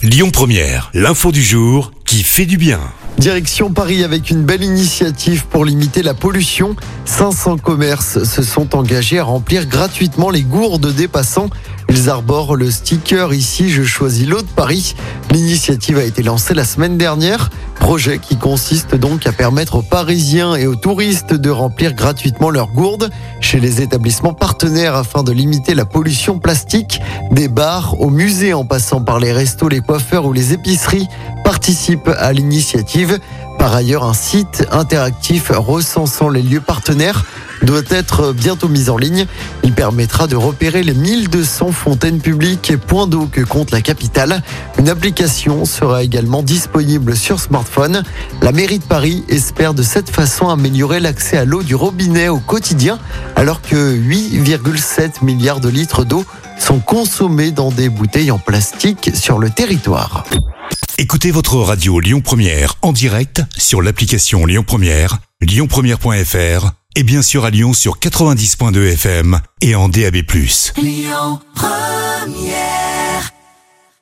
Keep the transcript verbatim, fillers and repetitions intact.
Lyon Première, l'info du jour qui fait du bien. Direction Paris avec une belle initiative pour limiter la pollution. cinq cents commerces se sont engagés à remplir gratuitement les gourdes des passants. Ils arborent le sticker « Ici, je choisis l'eau de Paris ». L'initiative a été lancée la semaine dernière. Projet qui consiste donc à permettre aux Parisiens et aux touristes de remplir gratuitement leurs gourdes chez les établissements partenaires afin de limiter la pollution plastique. Des bars aux musées en passant par les restos, les coiffeurs ou les épiceries participent à l'initiative. Par ailleurs, un site interactif recensant les lieux partenaires doit être bientôt mis en ligne. Il permettra de repérer les mille deux cents fontaines publiques et points d'eau que compte la capitale. Une application sera également disponible sur smartphone. La mairie de Paris espère de cette façon améliorer l'accès à l'eau du robinet au quotidien, alors que huit virgule sept milliards de litres d'eau sont consommés dans des bouteilles en plastique sur le territoire. Écoutez votre radio Lyon Première en direct sur l'application Lyon Première, lyon première point f r et bien sûr à Lyon sur quatre-vingt-dix virgule deux F M et en D A B plus. Lyon Première.